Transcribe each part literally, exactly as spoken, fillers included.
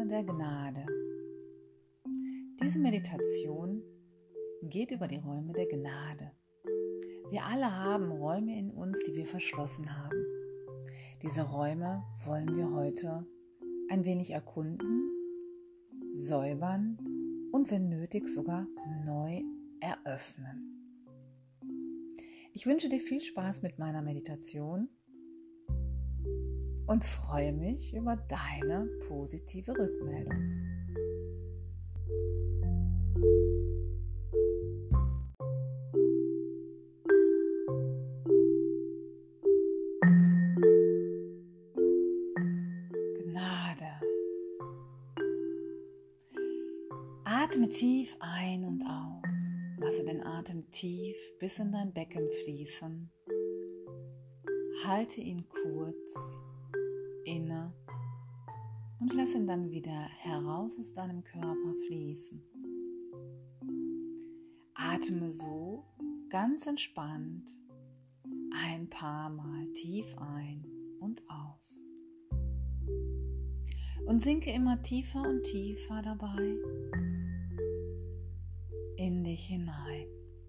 der Gnade. Diese Meditation geht über die Räume der Gnade. Wir alle haben Räume in uns, die wir verschlossen haben. Diese Räume wollen wir heute ein wenig erkunden, säubern und wenn nötig sogar neu eröffnen. Ich wünsche dir viel Spaß mit meiner Meditation und freue mich über deine positive Rückmeldung. Gnade. Atme tief ein und aus. Lasse den Atem tief bis in dein Becken fließen. Halte ihn kurz inne und lass ihn dann wieder heraus aus deinem Körper fließen. Atme so ganz entspannt ein paar Mal tief ein und aus. Und sinke immer tiefer und tiefer dabei in dich hinein.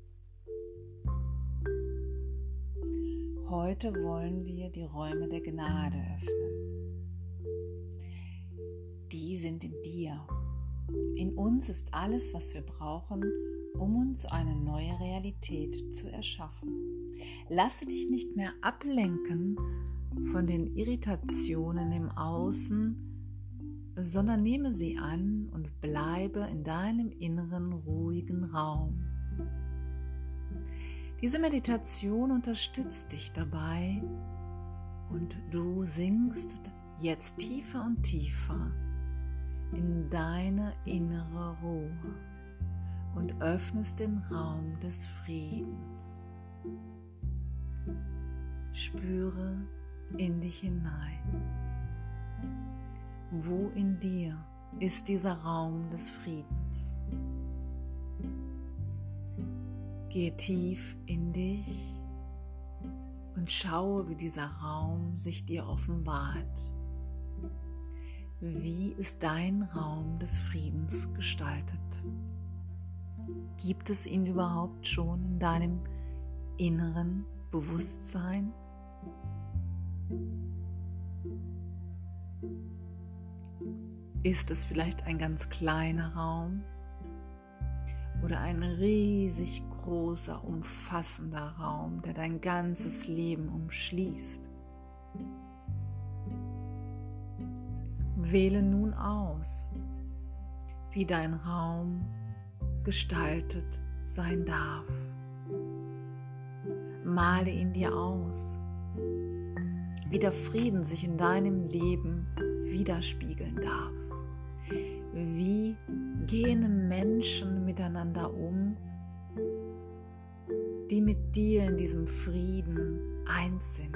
Heute wollen wir die Räume der Gnade öffnen. Die sind in dir. In uns ist alles, was wir brauchen, um uns eine neue Realität zu erschaffen. Lasse dich nicht mehr ablenken von den Irritationen im Außen, sondern nehme sie an und bleibe in deinem inneren ruhigen Raum. Diese Meditation unterstützt dich dabei und du sinkst jetzt tiefer und tiefer in deine innere Ruhe und öffnest den Raum des Friedens. Spüre in dich hinein. Wo in dir ist dieser Raum des Friedens? Gehe tief in dich und schaue, wie dieser Raum sich dir offenbart. Wie ist dein Raum des Friedens gestaltet? Gibt es ihn überhaupt schon in deinem inneren Bewusstsein? Ist es vielleicht ein ganz kleiner Raum oder ein riesig großer, umfassender Raum, der dein ganzes Leben umschließt? Wähle nun aus, wie dein Raum gestaltet sein darf. Male ihn dir aus, wie der Frieden sich in deinem Leben widerspiegeln darf. Wie gehen Menschen miteinander um, die mit dir in diesem Frieden eins sind?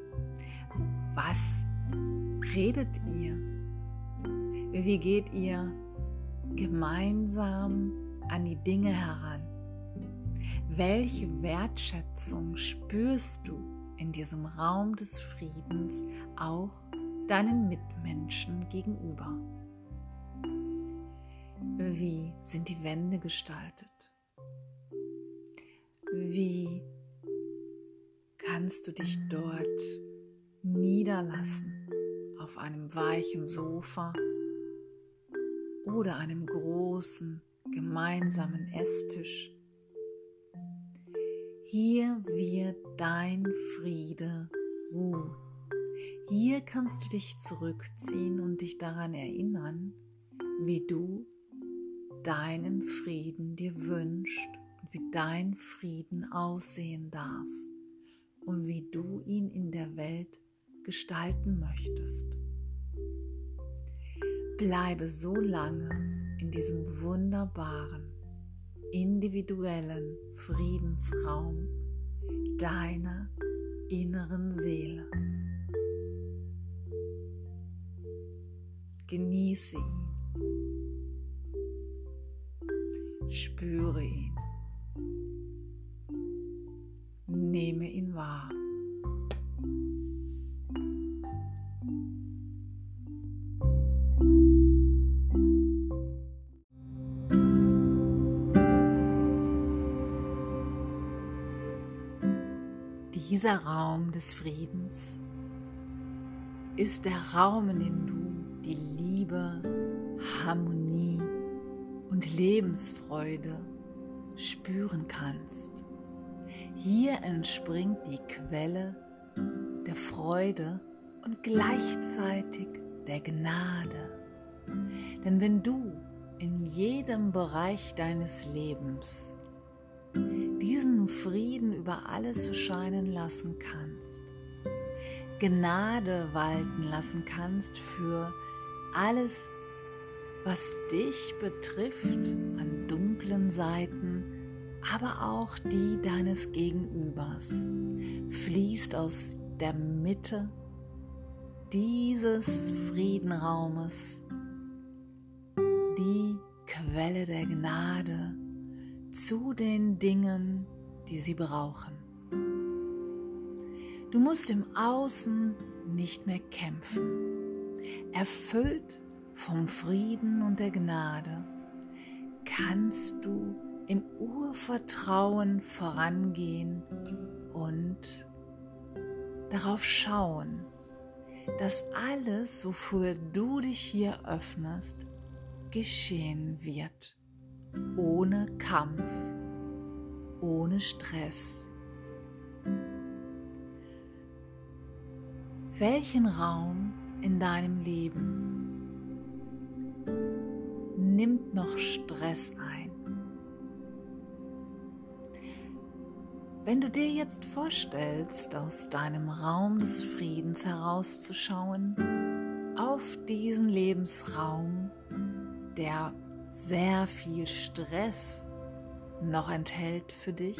Was redet ihr? Wie geht ihr gemeinsam an die Dinge heran? Welche Wertschätzung spürst du in diesem Raum des Friedens auch deinen Mitmenschen gegenüber? Wie sind die Wände gestaltet? Wie kannst du dich dort niederlassen auf einem weichen Sofa oder einem großen gemeinsamen Esstisch? Hier wird dein Friede ruhen. Hier kannst du dich zurückziehen und dich daran erinnern, wie du deinen Frieden dir wünschst und wie dein Frieden aussehen darf und wie du ihn in der Welt gestalten möchtest. Bleibe so lange in diesem wunderbaren, individuellen Friedensraum deiner inneren Seele. Genieße ihn. Spüre ihn. Nehme ihn wahr. Dieser Raum des Friedens ist der Raum, in dem du die Liebe, Harmonie und Lebensfreude spüren kannst. Hier entspringt die Quelle der Freude und gleichzeitig der Gnade. Denn wenn du in jedem Bereich deines Lebens diesen Frieden über alles scheinen lassen kannst, Gnade walten lassen kannst für alles, was dich betrifft an dunklen Seiten, aber auch die deines Gegenübers, fließt aus der Mitte dieses Friedenraumes die Quelle der Gnade zu den Dingen, die sie brauchen. Du musst im Außen nicht mehr kämpfen. Erfüllt vom Frieden und der Gnade kannst du im Urvertrauen vorangehen und darauf schauen, dass alles, wofür du dich hier öffnest, geschehen wird, ohne Kampf, ohne Stress. Welchen Raum in deinem Leben nimmt noch Stress ein? Wenn du dir jetzt vorstellst, aus deinem Raum des Friedens herauszuschauen, auf diesen Lebensraum, der sehr viel Stress noch enthält für dich,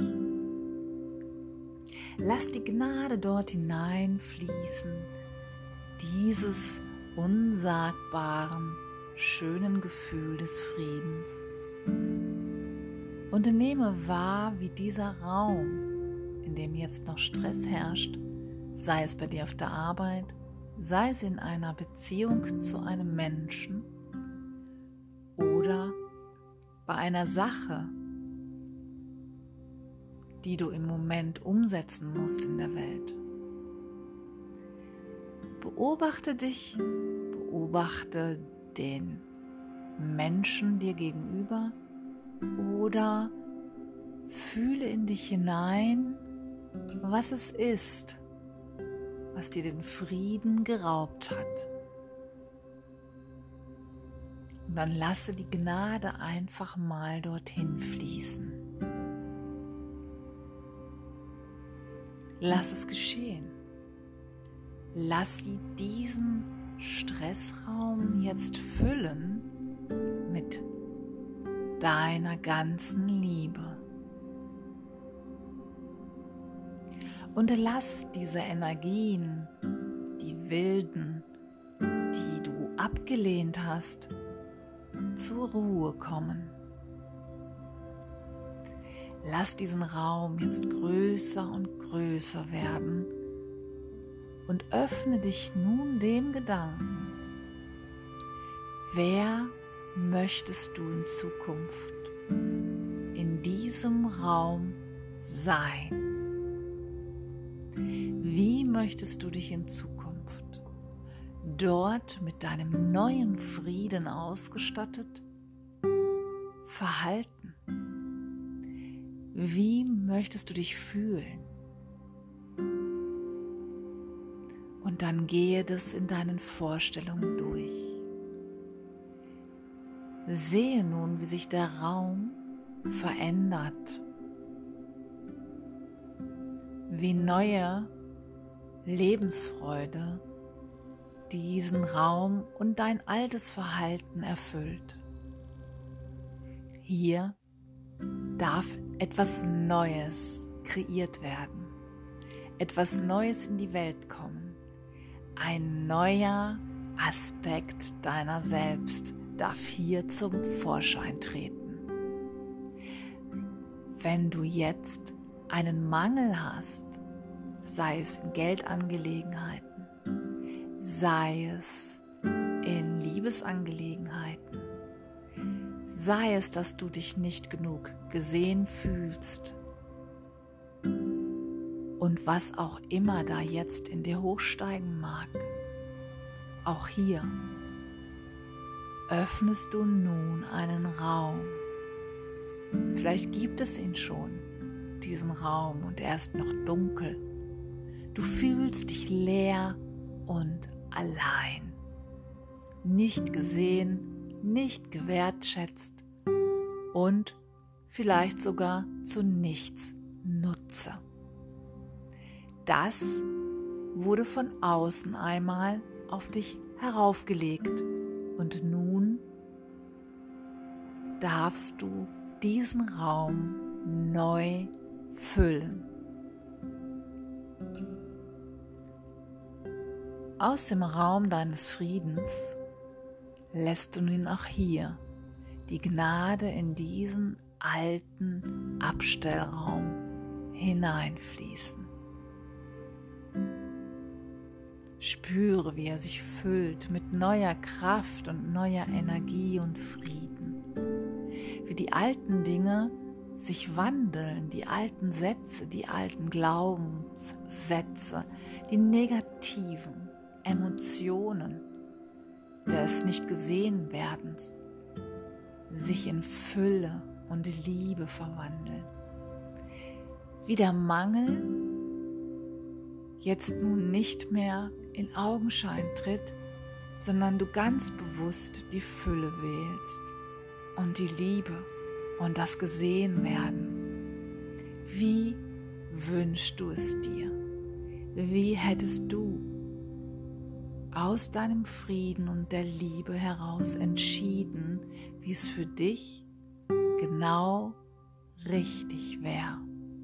lass die Gnade dort hineinfließen, dieses unsagbaren, schönen Gefühl des Friedens. Und nehme wahr, wie dieser Raum, in dem jetzt noch Stress herrscht, sei es bei dir auf der Arbeit, sei es in einer Beziehung zu einem Menschen oder bei einer Sache, die du im Moment umsetzen musst in der Welt. Beobachte dich, beobachte den Menschen dir gegenüber oder fühle in dich hinein, was es ist, was dir den Frieden geraubt hat. Und dann lasse die Gnade einfach mal dorthin fließen. Lass es geschehen. Lass sie diesen Stressraum jetzt füllen mit deiner ganzen Liebe. Und lass diese Energien, die wilden, die du abgelehnt hast, zur Ruhe kommen. Lass diesen Raum jetzt größer und größer werden und öffne dich nun dem Gedanken: Wer möchtest du in Zukunft in diesem Raum sein? Wie möchtest du dich in Zukunft dort mit deinem neuen Frieden ausgestattet verhalten? Wie möchtest du dich fühlen? Und dann gehe das in deinen Vorstellungen durch. Sehe nun, wie sich der Raum verändert, wie neue Lebensfreude diesen Raum und dein altes Verhalten erfüllt. Hier darf etwas Neues kreiert werden, etwas Neues in die Welt kommen, ein neuer Aspekt deiner selbst darf hier zum Vorschein treten. Wenn du jetzt einen Mangel hast, sei es in Geldangelegenheiten, sei es in Liebesangelegenheiten, sei es, dass du dich nicht genug gesehen fühlst Und was auch immer da jetzt in dir hochsteigen mag, auch hier öffnest du nun einen Raum. Vielleicht gibt es ihn schon, diesen Raum, und er ist noch dunkel. Du fühlst dich leer und allein, nicht gesehen, nicht gewertschätzt und vielleicht sogar zu nichts nutze. Das wurde von außen einmal auf dich heraufgelegt und nun darfst du diesen Raum neu füllen. Aus dem Raum deines Friedens lässt du nun auch hier die Gnade in diesen alten Abstellraum hineinfließen. Spüre, wie er sich füllt mit neuer Kraft und neuer Energie und Frieden. Wie die alten Dinge sich wandeln, die alten Sätze, die alten Glaubenssätze, die negativen Emotionen des Nicht-Gesehen-Werdens sich in Fülle und Liebe verwandeln. Wie der Mangel jetzt nun nicht mehr in Augenschein tritt, sondern du ganz bewusst die Fülle wählst und die Liebe und das Gesehenwerden. Wie wünschst du es dir? Wie hättest du aus deinem Frieden und der Liebe heraus entschieden, wie es für dich genau richtig wäre?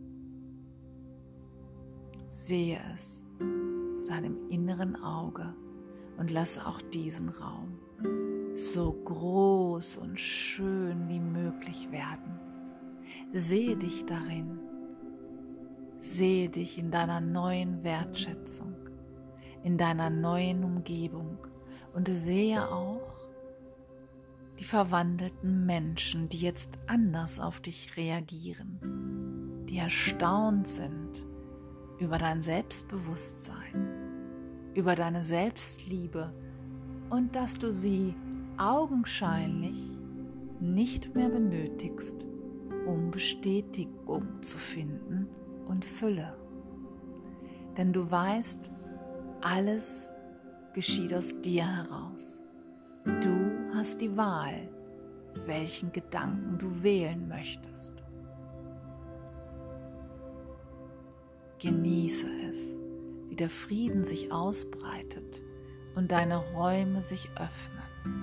Sehe es vor deinem inneren Auge und lasse auch diesen Raum so groß und schön wie möglich werden. Sehe dich darin, sehe dich in deiner neuen Wertschätzung, in deiner neuen Umgebung und sehe auch die verwandelten Menschen, die jetzt anders auf dich reagieren, die erstaunt sind über dein Selbstbewusstsein, über deine Selbstliebe und dass du sie augenscheinlich nicht mehr benötigst, um Bestätigung zu finden und Fülle. Denn du weißt, alles geschieht aus dir heraus. Du hast die Wahl, welchen Gedanken du wählen möchtest. Genieße es, wie der Frieden sich ausbreitet und deine Räume sich öffnen.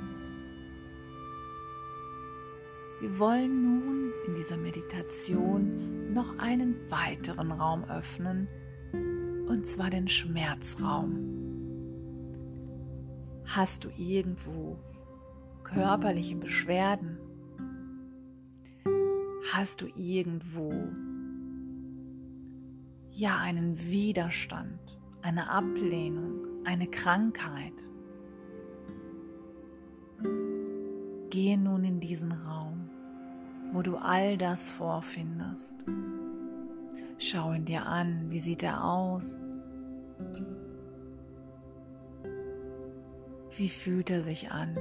Wir wollen nun in dieser Meditation noch einen weiteren Raum öffnen, und zwar den Schmerzraum. Hast du irgendwo körperliche Beschwerden? Hast du irgendwo ja einen Widerstand, eine Ablehnung, eine Krankheit? Gehe nun in diesen Raum, wo du all das vorfindest. Schau ihn dir an, wie sieht er aus? Wie fühlt er sich an?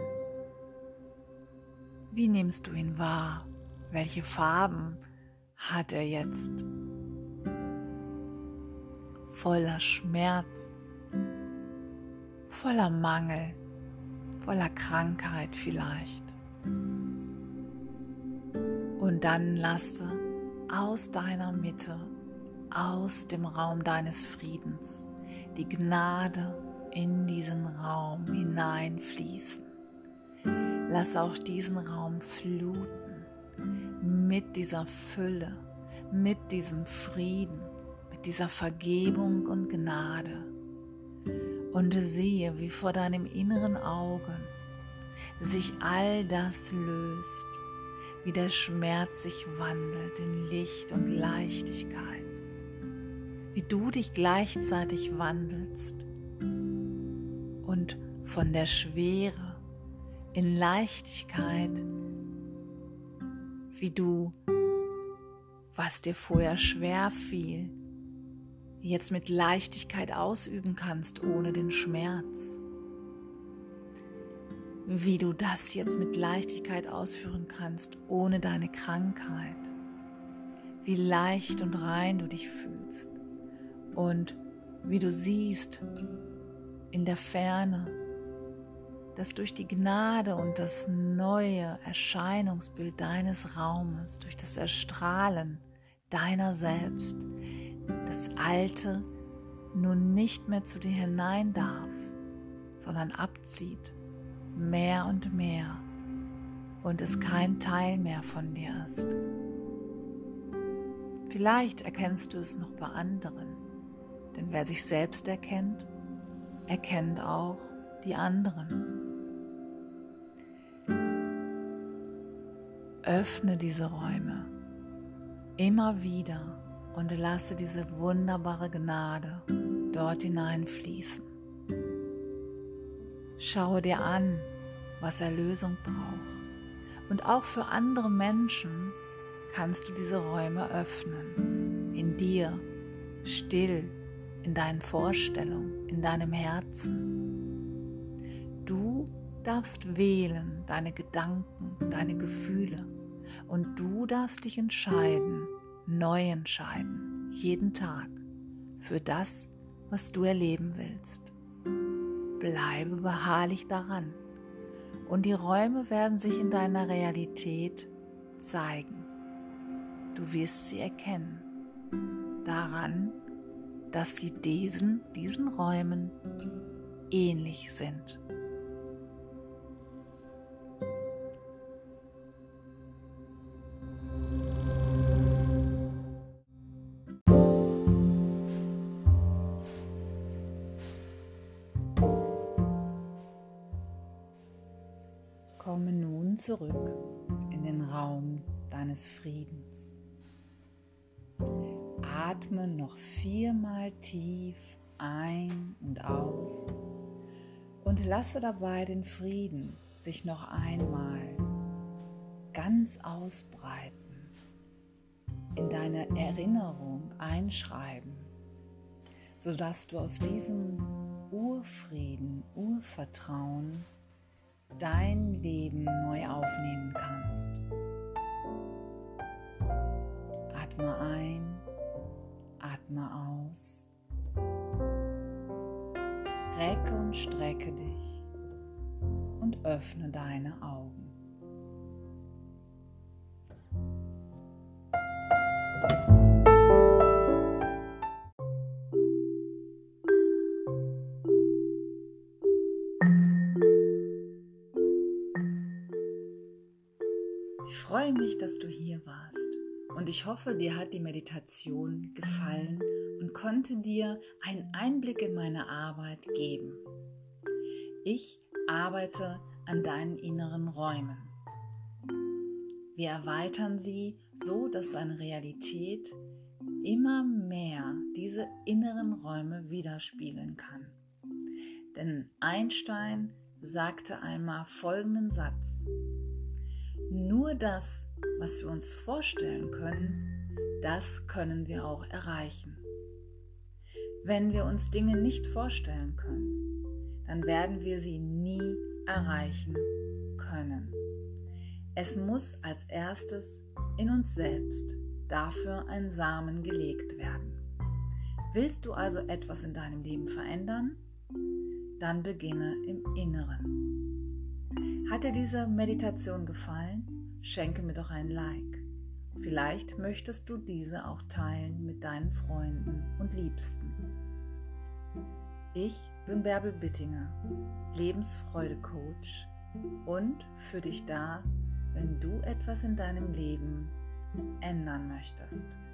Wie nimmst du ihn wahr? Welche Farben hat er jetzt? Voller Schmerz, voller Mangel, voller Krankheit vielleicht. Und dann lasse aus deiner Mitte, aus dem Raum deines Friedens, die Gnade in diesen Raum hineinfließen. Lass auch diesen Raum fluten mit dieser Fülle, mit diesem Frieden, mit dieser Vergebung und Gnade. Und sehe, wie vor deinem inneren Augen sich all das löst, wie der Schmerz sich wandelt in Licht und Leichtigkeit, wie du dich gleichzeitig wandelst und von der Schwere in Leichtigkeit, wie du, was dir vorher schwer fiel, jetzt mit Leichtigkeit ausüben kannst, ohne den Schmerz. Wie du das jetzt mit Leichtigkeit ausführen kannst, ohne deine Krankheit. Wie leicht und rein du dich fühlst und wie du siehst in der Ferne, dass durch die Gnade und das neue Erscheinungsbild deines Raumes, durch das Erstrahlen deiner selbst, das Alte nun nicht mehr zu dir hinein darf, sondern abzieht, mehr und mehr, und es kein Teil mehr von dir ist. Vielleicht erkennst du es noch bei anderen, denn wer sich selbst erkennt, erkennt auch die anderen. Öffne diese Räume immer wieder und lasse diese wunderbare Gnade dort hineinfließen. Schaue dir an, was Erlösung braucht. Und auch für andere Menschen kannst du diese Räume öffnen. In dir, still, in deinen Vorstellungen, in deinem Herzen. Du darfst wählen, deine Gedanken, deine Gefühle. Und du darfst dich entscheiden, neu entscheiden, jeden Tag, für das, was du erleben willst. Bleibe beharrlich daran und die Räume werden sich in deiner Realität zeigen. Du wirst sie erkennen, daran, dass sie diesen, diesen Räumen ähnlich sind. Komme nun zurück in den Raum deines Friedens. Atme noch viermal tief ein und aus und lasse dabei den Frieden sich noch einmal ganz ausbreiten, in deine Erinnerung einschreiben, sodass du aus diesem Urfrieden, Urvertrauen dein Leben neu aufnehmen kannst. Atme ein, atme aus, recke und strecke dich und öffne deine Augen. Ich freue mich, dass du hier warst und ich hoffe, dir hat die Meditation gefallen und konnte dir einen Einblick in meine Arbeit geben. Ich arbeite an deinen inneren Räumen. Wir erweitern sie so, dass deine Realität immer mehr diese inneren Räume widerspiegeln kann. Denn Einstein sagte einmal folgenden Satz: Nur das, was wir uns vorstellen können, das können wir auch erreichen. Wenn wir uns Dinge nicht vorstellen können, dann werden wir sie nie erreichen können. Es muss als erstes in uns selbst dafür ein Samen gelegt werden. Willst du also etwas in deinem Leben verändern? Dann beginne im Inneren. Hat dir diese Meditation gefallen? Schenke mir doch ein Like. Vielleicht möchtest du diese auch teilen mit deinen Freunden und Liebsten. Ich bin Bärbel Bittinger, Lebensfreude-Coach und für dich da, wenn du etwas in deinem Leben ändern möchtest.